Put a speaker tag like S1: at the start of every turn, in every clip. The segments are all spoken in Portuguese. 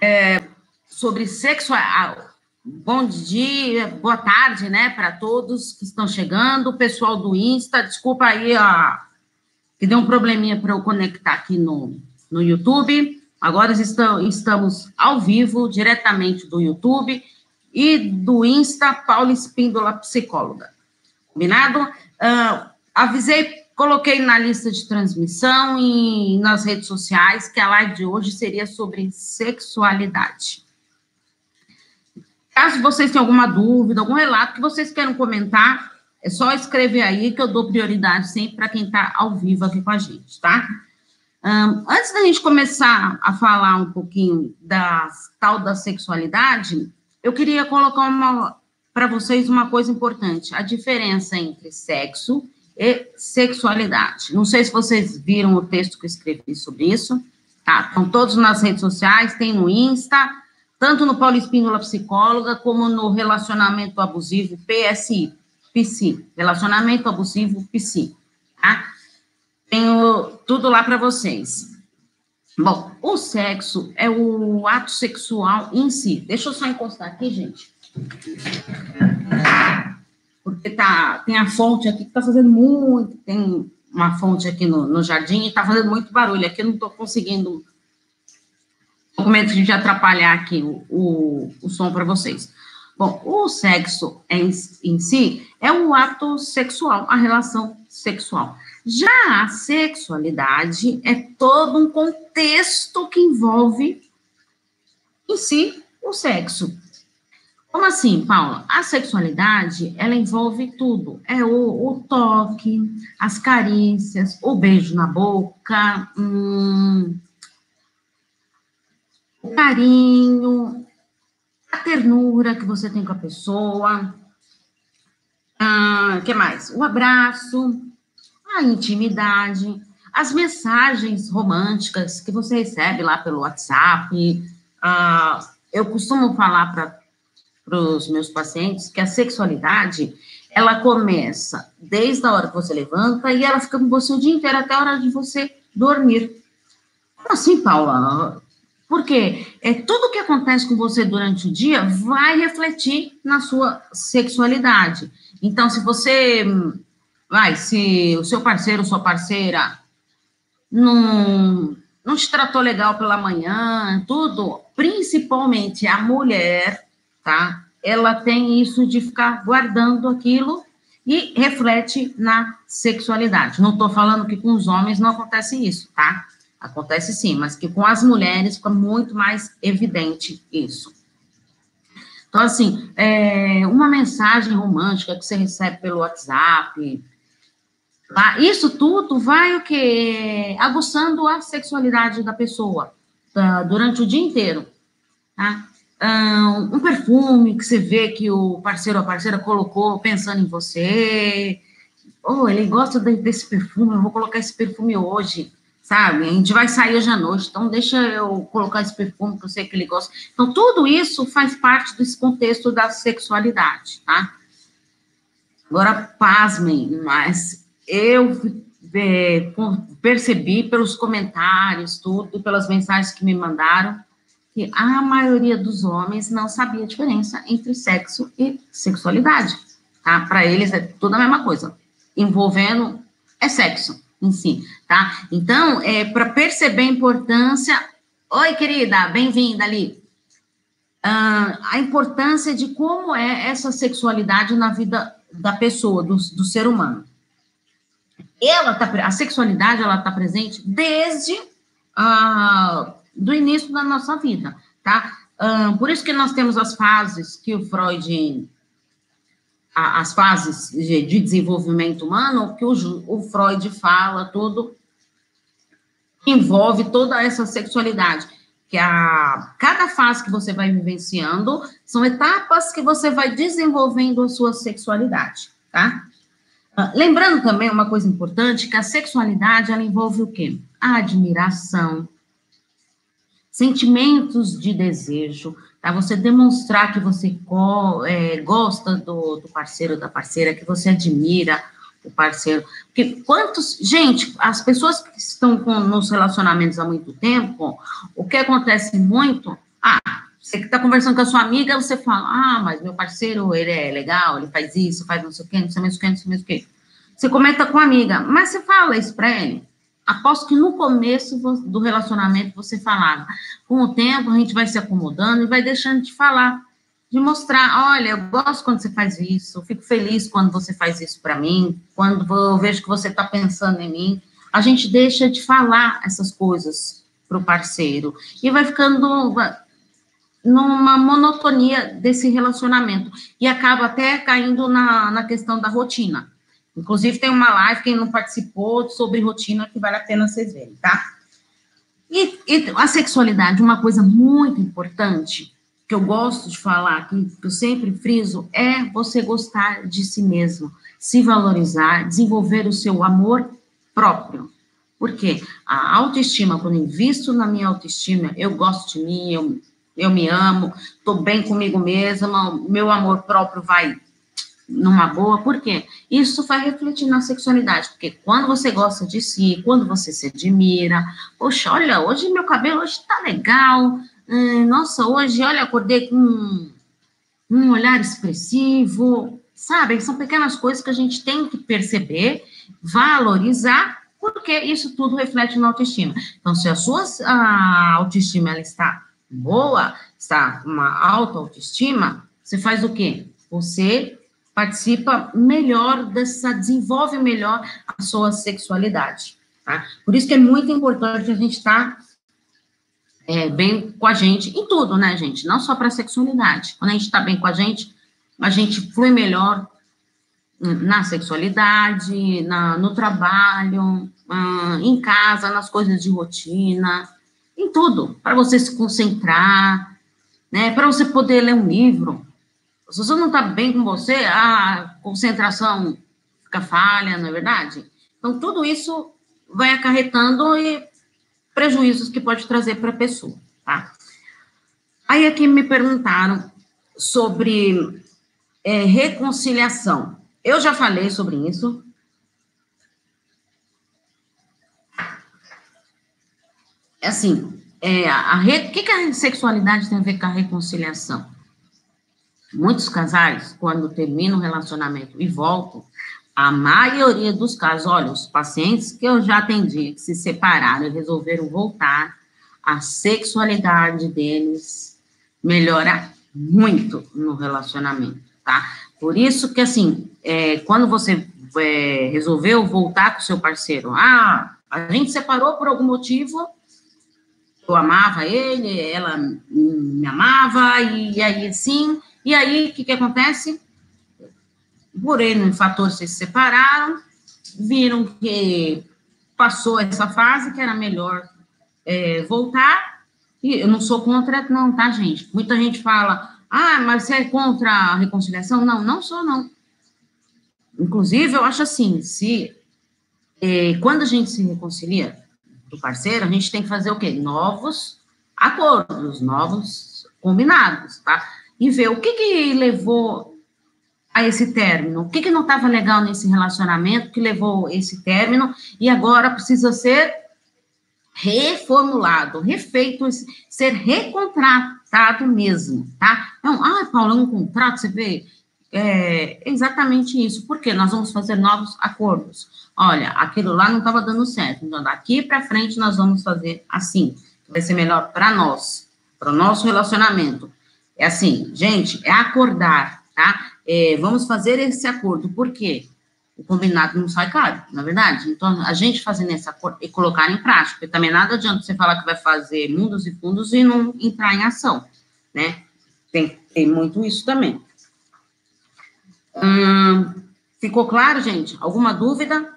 S1: sobre sexualidade. Bom dia, boa tarde, né, para todos que estão chegando, o pessoal do Insta, desculpa aí, que deu um probleminha para eu conectar aqui no YouTube. Agora estamos ao vivo, diretamente do YouTube e do Insta, Paula Espíndola, psicóloga. Combinado? Avisei, coloquei na lista de transmissão e nas redes sociais que a live de hoje seria sobre sexualidade. Caso vocês tenham alguma dúvida, algum relato que vocês queiram comentar, é só escrever aí que eu dou prioridade sempre para quem está ao vivo aqui com a gente, tá? Antes da gente começar a falar um pouquinho da tal da sexualidade, eu queria colocar para vocês uma coisa importante, a diferença entre sexo e sexualidade. Não sei se vocês viram o texto que eu escrevi sobre isso, tá? Estão todos nas redes sociais, tem no Insta, tanto no Paula Espíndola Psicóloga, como no Relacionamento Abusivo PSI, PC, Relacionamento Abusivo PC, tá? Tenho tudo lá para vocês. Bom, o sexo é o ato sexual em si. Deixa eu só encostar aqui, gente. Porque tem a fonte aqui que está fazendo muito, tem uma fonte aqui no jardim e está fazendo muito barulho. Aqui eu não estou conseguindo, com medo de atrapalhar aqui o som para vocês. Bom, o sexo em si é o ato sexual, a relação sexual. Já a sexualidade é todo um contexto que envolve em si o sexo. Como assim, Paula? A sexualidade, ela envolve tudo. É o toque, as carícias, o beijo na boca, o carinho, a ternura que você tem com a pessoa, que mais? O abraço, a intimidade, as mensagens românticas que você recebe lá pelo WhatsApp. Eu costumo falar para os meus pacientes que a sexualidade, ela começa desde a hora que você levanta e ela fica com você o dia inteiro até a hora de você dormir. Como assim, Paula? Porque tudo que acontece com você durante o dia vai refletir na sua sexualidade. Então, se o seu parceiro ou sua parceira não te tratou legal pela manhã, tudo, principalmente a mulher, tá? Ela tem isso de ficar guardando aquilo e reflete na sexualidade. Não estou falando que com os homens não acontece isso, tá? Acontece sim, mas que com as mulheres fica muito mais evidente isso. Então, assim, uma mensagem romântica que você recebe pelo WhatsApp, tá? Isso tudo vai o quê? Aguçando a sexualidade da pessoa durante o dia inteiro, tá? Um perfume que você vê que o parceiro ou a parceira colocou pensando em você. Ele gosta desse perfume, eu vou colocar esse perfume hoje, sabe? A gente vai sair hoje à noite, então deixa eu colocar esse perfume que eu sei que ele gosta. Então, tudo isso faz parte desse contexto da sexualidade, tá? Agora, pasmem, mas eu percebi pelos comentários, tudo, pelas mensagens que me mandaram, que a maioria dos homens não sabia a diferença entre sexo e sexualidade, tá? Para eles é tudo a mesma coisa, envolvendo sexo em si, tá? Então, para perceber a importância... Oi, querida, bem-vinda ali. A importância de como é essa sexualidade na vida da pessoa, do ser humano. A sexualidade, ela está presente desde do início da nossa vida, tá? Por isso que nós temos as fases que o Freud... as fases de desenvolvimento humano, que o Freud fala, tudo envolve toda essa sexualidade, que cada fase que você vai vivenciando, são etapas que você vai desenvolvendo a sua sexualidade, tá? Lembrando também uma coisa importante, que a sexualidade, ela envolve o quê? A admiração, sentimentos de desejo, tá? Você demonstrar que você gosta do parceiro ou da parceira, que você admira o parceiro. Porque gente, as pessoas que estão nos relacionamentos há muito tempo, o que acontece muito, Você que está conversando com a sua amiga, você fala, mas meu parceiro, ele é legal, ele faz isso, faz não sei o quê, não sei mais o quê, não sei mais o quê. Você comenta com a amiga, mas você fala isso para ele. Aposto que no começo do relacionamento você falava. Com o tempo, a gente vai se acomodando e vai deixando de falar, de mostrar, olha, eu gosto quando você faz isso, eu fico feliz quando você faz isso para mim, quando eu vejo que você está pensando em mim. A gente deixa de falar essas coisas para o parceiro e vai ficando numa monotonia desse relacionamento e acaba até caindo na questão da rotina. Inclusive, tem uma live, quem não participou, sobre rotina, que vale a pena vocês verem, tá? E a sexualidade, uma coisa muito importante, que eu gosto de falar, que eu sempre friso, é você gostar de si mesmo, se valorizar, desenvolver o seu amor próprio. Por quê? A autoestima, quando eu invisto na minha autoestima, eu gosto de mim, eu me amo, estou bem comigo mesma, meu amor próprio vai numa boa, por quê? Isso vai refletir na sexualidade, porque quando você gosta de si, quando você se admira, poxa, olha, hoje meu cabelo hoje tá legal, nossa, hoje, olha, acordei com um olhar expressivo, sabe? São pequenas coisas que a gente tem que perceber, valorizar, porque isso tudo reflete na autoestima. Então, se a autoestima ela está boa, está uma alta autoestima, você faz o quê? Você participa melhor desenvolve melhor a sua sexualidade, tá? Por isso que é muito importante a gente estar bem com a gente em tudo, né, gente? Não só para a sexualidade. Quando a gente está bem com a gente flui melhor na sexualidade, no trabalho, em casa, nas coisas de rotina, em tudo, para você se concentrar, né? Para você poder ler um livro. Se você não está bem com você, a concentração fica falha, não é verdade? Então, tudo isso vai acarretando prejuízos que pode trazer para a pessoa, tá? Aí aqui me perguntaram sobre reconciliação. Eu já falei sobre isso. Assim, o que a sexualidade tem a ver com a reconciliação? Muitos casais, quando terminam o relacionamento e voltam, a maioria dos casos, olha, os pacientes que eu já atendi, que se separaram e resolveram voltar, a sexualidade deles melhora muito no relacionamento, tá? Por isso que, assim, quando você resolveu voltar com o seu parceiro, a gente separou por algum motivo, eu amava ele, ela me amava, e aí, sim, e aí, o que acontece? Por N fatores, vocês se separaram, viram que passou essa fase, que era melhor voltar, e eu não sou contra, não, tá, gente? Muita gente fala, mas você é contra a reconciliação? Não, não sou, não. Inclusive, eu acho assim, quando a gente se reconcilia do parceiro, a gente tem que fazer o quê? Novos acordos, novos combinados, tá? E ver o que levou a esse término, o que não estava legal nesse relacionamento que levou esse término e agora precisa ser reformulado, refeito, ser recontratado mesmo, tá? Então, Paulo, é um contrato, você vê, exatamente isso, porque nós vamos fazer novos acordos. Olha, aquilo lá não estava dando certo, então daqui para frente nós vamos fazer assim, vai ser melhor para nós, para o nosso relacionamento. É assim, gente, é acordar, tá? Vamos fazer esse acordo, por quê? O combinado não sai caro, na verdade. Então, a gente fazendo esse acordo e colocar em prática, porque também nada adianta você falar que vai fazer mundos e fundos e não entrar em ação, né? Tem muito isso também. Ficou claro, gente? Alguma dúvida?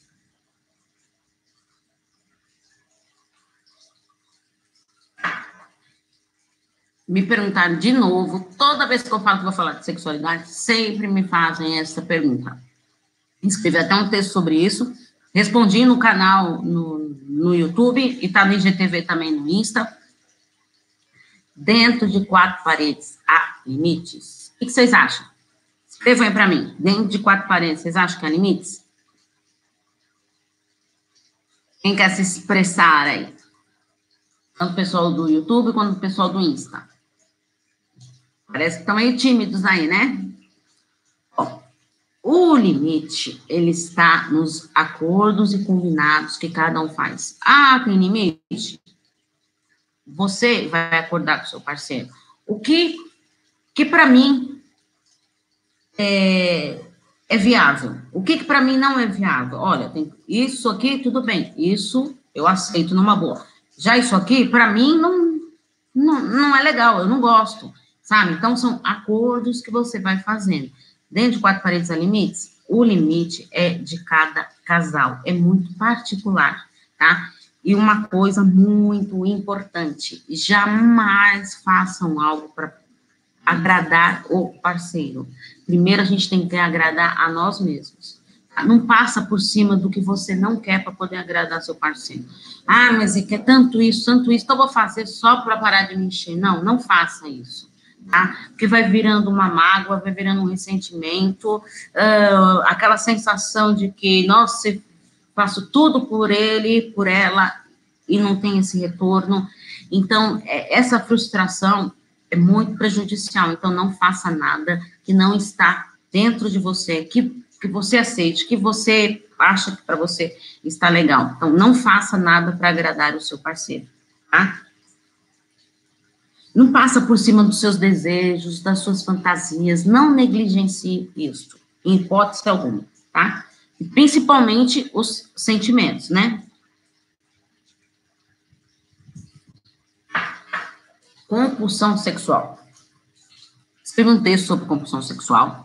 S1: Me perguntaram de novo, toda vez que eu falo que vou falar de sexualidade, sempre me fazem essa pergunta. Escrevi até um texto sobre isso, respondi no canal no YouTube e está no IGTV também no Insta. Dentro de 4 paredes há limites? O que vocês acham? Escrevam aí para mim. Dentro de 4 paredes, vocês acham que há limites? Quem quer se expressar aí? Tanto o pessoal do YouTube quanto o pessoal do Insta. Parece que estão meio tímidos aí, né? Ó, o limite, ele está nos acordos e combinados que cada um faz. Ah, tem limite? Você vai acordar com o seu parceiro. O que para mim é viável? O que para mim não é viável? Olha, tem isso aqui, tudo bem. Isso eu aceito numa boa. Já isso aqui, para mim, não é legal, eu não gosto, sabe? Então, são acordos que você vai fazendo. Dentro de 4 paredes há limites, o limite é de cada casal, é muito particular, tá? E uma coisa muito importante, jamais façam algo para agradar o parceiro. Primeiro, a gente tem que agradar a nós mesmos. Não passa por cima do que você não quer para poder agradar seu parceiro. Ah, mas ele quer tanto isso, então eu vou fazer só para parar de me encher. Não, não faça isso, tá? Porque vai virando uma mágoa, vai virando um ressentimento, aquela sensação de que, nossa, eu faço tudo por ele, por ela, e não tem esse retorno. Então, essa frustração é muito prejudicial. Então, não faça nada que não está dentro de você, que você aceite, que você acha que para você está legal. Então, não faça nada para agradar o seu parceiro, tá? Não passa por cima dos seus desejos, das suas fantasias, não negligencie isso, em hipótese alguma, tá? E principalmente os sentimentos, né? Compulsão sexual. Escrevi um texto sobre compulsão sexual.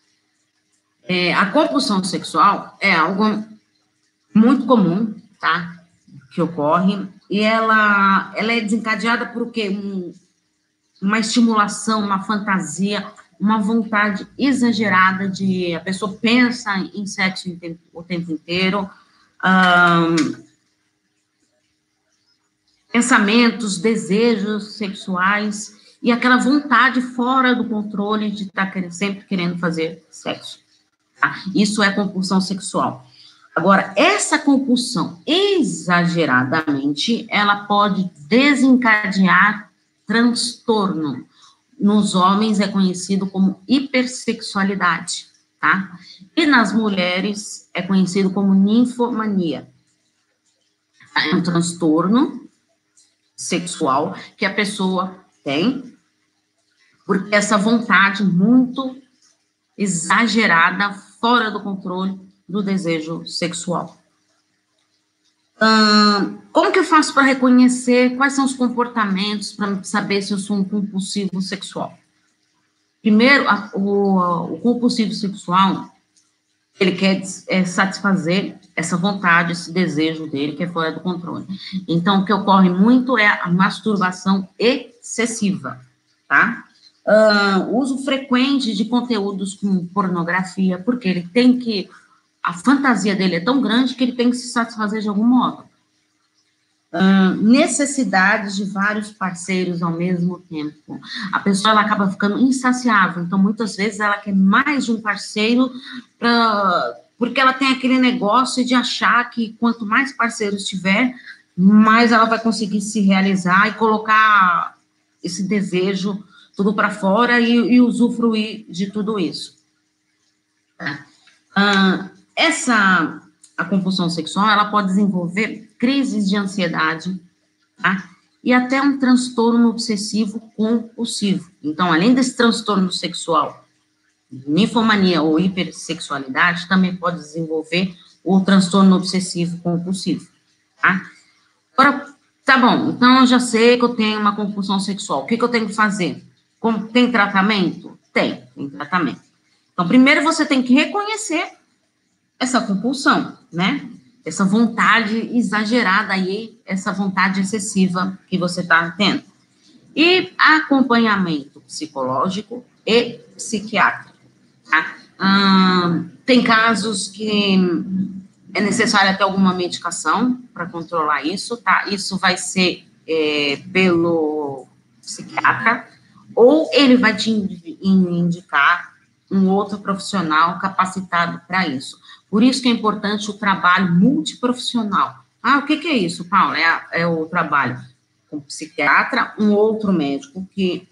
S1: A compulsão sexual é algo muito comum, tá? Que ocorre, e ela é desencadeada por o quê? Uma estimulação, uma fantasia, uma vontade exagerada de... A pessoa pensa em sexo o tempo inteiro, pensamentos, desejos sexuais, e aquela vontade fora do controle de estar sempre querendo fazer sexo. Tá? Isso é compulsão sexual. Agora, essa compulsão exageradamente, ela pode desencadear transtorno. Nos homens é conhecido como hipersexualidade, tá? E nas mulheres é conhecido como ninfomania. É um transtorno sexual que a pessoa tem, porque essa vontade muito exagerada, fora do controle do desejo sexual. Como que eu faço para reconhecer quais são os comportamentos para saber se eu sou um compulsivo sexual? Primeiro, o compulsivo sexual, ele quer satisfazer essa vontade, esse desejo dele, que é fora do controle. Então, o que ocorre muito é a masturbação excessiva, tá? Uso frequente de conteúdos com pornografia, porque ele tem que... A fantasia dele é tão grande que ele tem que se satisfazer de algum modo. Necessidades de vários parceiros ao mesmo tempo. A pessoa ela acaba ficando insaciável, então muitas vezes ela quer mais de um parceiro porque ela tem aquele negócio de achar que quanto mais parceiros tiver, mais ela vai conseguir se realizar e colocar esse desejo tudo para fora e usufruir de tudo isso. A compulsão sexual, ela pode desenvolver crises de ansiedade, tá? E até um transtorno obsessivo compulsivo. Então, além desse transtorno sexual, ninfomania ou hipersexualidade, também pode desenvolver o transtorno obsessivo compulsivo, tá? Agora, tá bom, então eu já sei que eu tenho uma compulsão sexual. O que eu tenho que fazer? Tem tratamento? Tem tratamento. Então, primeiro você tem que reconhecer essa compulsão, né? Essa vontade exagerada aí, essa vontade excessiva que você está tendo. E acompanhamento psicológico e psiquiátrico, tá? Tem casos que é necessário até alguma medicação para controlar isso, tá? Isso vai ser pelo psiquiatra, ou ele vai te indicar um outro profissional capacitado para isso. Por isso que é importante o trabalho multiprofissional. O que é isso, Paula? É o trabalho um psiquiatra, um outro médico que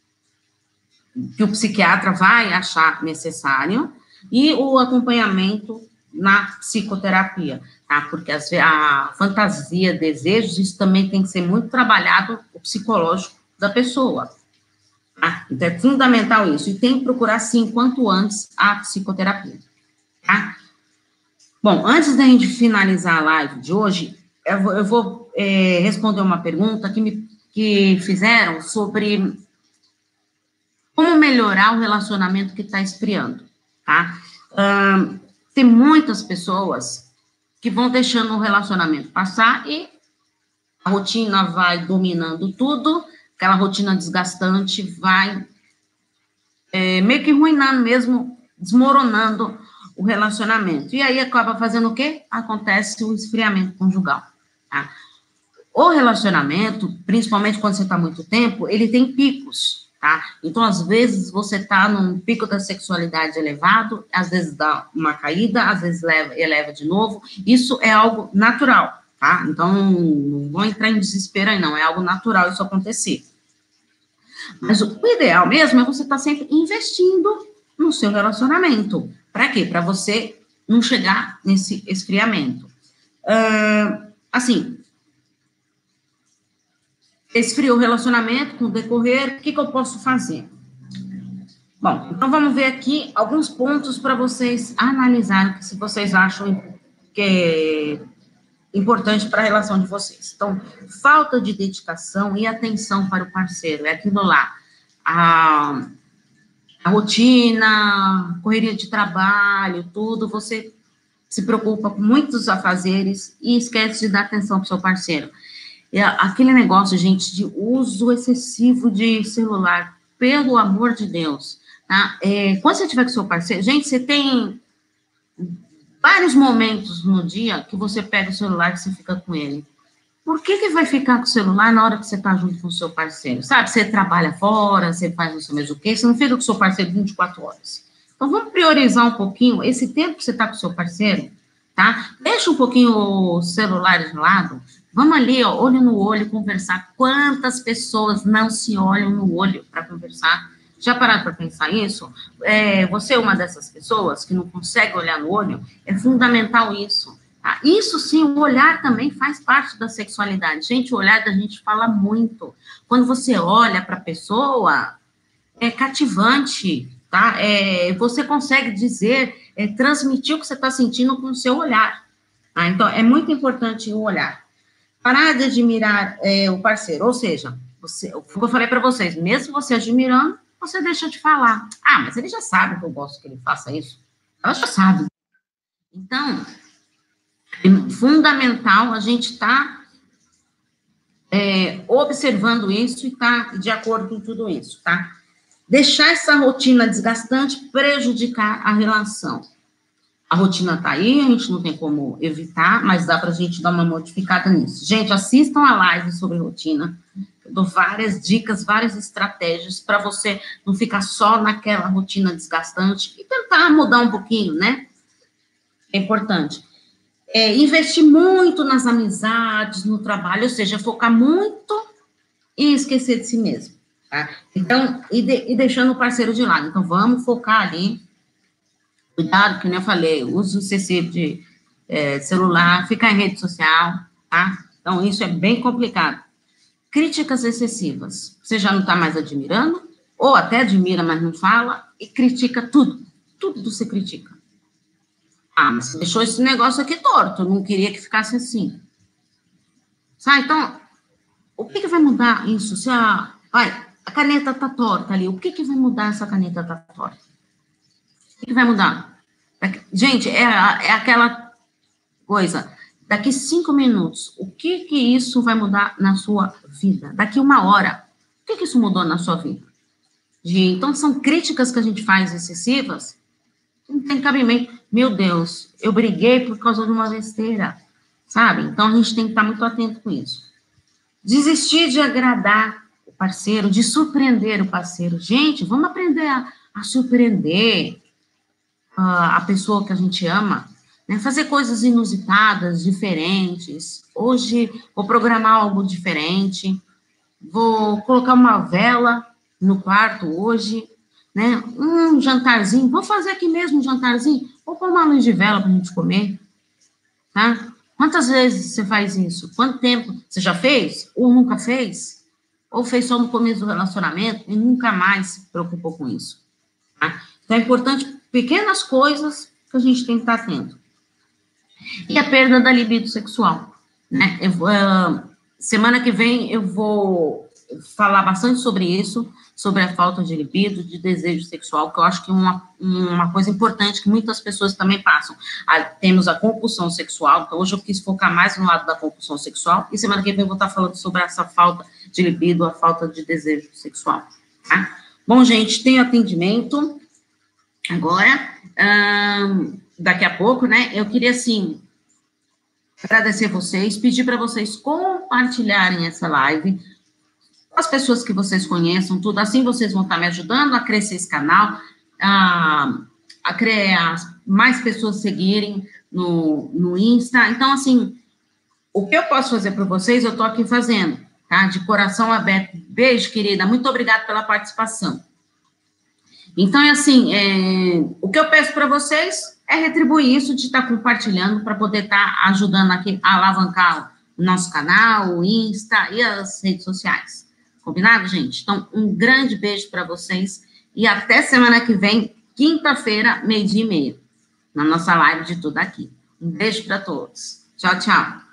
S1: o psiquiatra vai achar necessário, e o acompanhamento na psicoterapia, tá? Porque a fantasia, desejos, isso também tem que ser muito trabalhado, o psicológico da pessoa. Tá? Então, é fundamental isso, e tem que procurar, sim, quanto antes, a psicoterapia, tá? Bom, antes da gente finalizar a live de hoje, eu vou responder uma pergunta que fizeram sobre como melhorar o relacionamento que está esfriando, tá? Tem muitas pessoas que vão deixando o relacionamento passar e a rotina vai dominando tudo, aquela rotina desgastante vai meio que ruinando mesmo, desmoronando o relacionamento. E aí acaba fazendo o quê? Acontece o esfriamento conjugal, tá? O relacionamento, principalmente quando você está muito tempo, ele tem picos, tá? Então, às vezes, você está num pico da sexualidade elevado, às vezes dá uma caída, às vezes eleva de novo. Isso é algo natural, tá? Então, não vou entrar em desespero aí, não. É algo natural isso acontecer. Mas o ideal mesmo é você estar sempre investindo no seu relacionamento. Para quê? Para você não chegar nesse esfriamento. Assim, esfriou o relacionamento com o decorrer, o que eu posso fazer? Bom, então vamos ver aqui alguns pontos para vocês analisarem, se vocês acham que é importante para a relação de vocês. Então, falta de dedicação e atenção para o parceiro, é aquilo lá, a rotina, correria de trabalho, tudo, você se preocupa com muitos afazeres e esquece de dar atenção para o seu parceiro. Aquele negócio, gente, de uso excessivo de celular, pelo amor de Deus, tá? Quando você estiver com seu parceiro, gente, você tem vários momentos no dia que você pega o celular e você fica com ele. Por que vai ficar com o celular na hora que você está junto com o seu parceiro? Sabe, você trabalha fora, você faz não sei mais o quê, você não fica com o seu parceiro 24 horas. Então, vamos priorizar um pouquinho esse tempo que você está com o seu parceiro, tá? Deixa um pouquinho o celular de lado, vamos ali, ó, olho no olho, conversar. Quantas pessoas não se olham no olho para conversar? Já pararam para pensar isso? Você é uma dessas pessoas que não consegue olhar no olho? É fundamental isso. Tá? Isso sim, o olhar também faz parte da sexualidade. Gente, o olhar da gente fala muito. Quando você olha para a pessoa, é cativante, tá? Você consegue dizer, transmitir o que você está sentindo com o seu olhar. Tá? Então, é muito importante o olhar. Parar de admirar o parceiro, ou seja, o que eu falei para vocês, mesmo você admirando, você deixa de falar. Ah, mas ele já sabe que eu gosto que ele faça isso. Ela já sabe. Então, é fundamental a gente estar observando isso e estar de acordo com tudo isso, tá? Deixar essa rotina desgastante prejudicar a relação. A rotina está aí, a gente não tem como evitar, mas dá para a gente dar uma modificada nisso. Gente, assistam a live sobre rotina. Eu dou várias dicas, várias estratégias para você não ficar só naquela rotina desgastante e tentar mudar um pouquinho, né? É importante. Investir muito nas amizades, no trabalho, ou seja, focar muito e esquecer de si mesmo, tá? Então, e deixando o parceiro de lado. Então, vamos focar ali. Cuidado, que nem eu falei, uso excessivo de celular, ficar em rede social, tá? Então, isso é bem complicado. Críticas excessivas. Você já não está mais admirando, ou até admira, mas não fala, e critica tudo. Tudo você critica. Ah, mas você deixou esse negócio aqui torto, eu não queria que ficasse assim. Sabe, então, o que vai mudar isso? Se a caneta tá torta ali, o que vai mudar essa caneta tá torta? O que vai mudar? Gente, é aquela coisa, daqui 5 minutos, o que isso vai mudar na sua vida? Daqui 1 hora, o que isso mudou na sua vida? Então, são críticas que a gente faz excessivas, não tem cabimento. Meu Deus, eu briguei por causa de uma besteira, sabe? Então, a gente tem que estar muito atento com isso. Desistir de agradar o parceiro, de surpreender o parceiro. Gente, vamos aprender a surpreender a pessoa que a gente ama, né? Fazer coisas inusitadas, diferentes. Hoje, vou programar algo diferente. vou colocar uma vela no quarto hoje, né? Um jantarzinho, vou fazer aqui mesmo um jantarzinho, vou pôr uma luz de vela para a gente comer, tá? Quantas vezes você faz isso? Quanto tempo? Você já fez? Ou nunca fez? Ou fez só no começo do relacionamento e nunca mais se preocupou com isso, tá? Então, é importante, pequenas coisas que a gente tem que estar atento. E a perda da libido sexual, né? Semana que vem eu vou falar bastante sobre isso, sobre a falta de libido, de desejo sexual, que eu acho que é uma coisa importante que muitas pessoas também passam. Temos a compulsão sexual, então hoje eu quis focar mais no lado da compulsão sexual, e semana que vem eu vou estar falando sobre essa falta de libido, a falta de desejo sexual, tá? Bom, gente, tem atendimento agora, daqui a pouco, né? Eu queria, assim, agradecer vocês, pedir para vocês compartilharem essa live com as pessoas que vocês conheçam, tudo. Assim vocês vão estar me ajudando a crescer esse canal, a criar mais pessoas seguirem no Insta. Então, assim, o que eu posso fazer para vocês, eu estou aqui fazendo, tá? De coração aberto. Beijo, querida. Muito obrigada pela participação. Então, é assim, o que eu peço para vocês é retribuir isso de estar compartilhando para poder estar ajudando aqui a alavancar o nosso canal, o Insta e as redes sociais. Combinado, gente? Então, um grande beijo para vocês e até semana que vem, quinta-feira, 12:30, na nossa live de tudo aqui. Um beijo para todos. Tchau, tchau.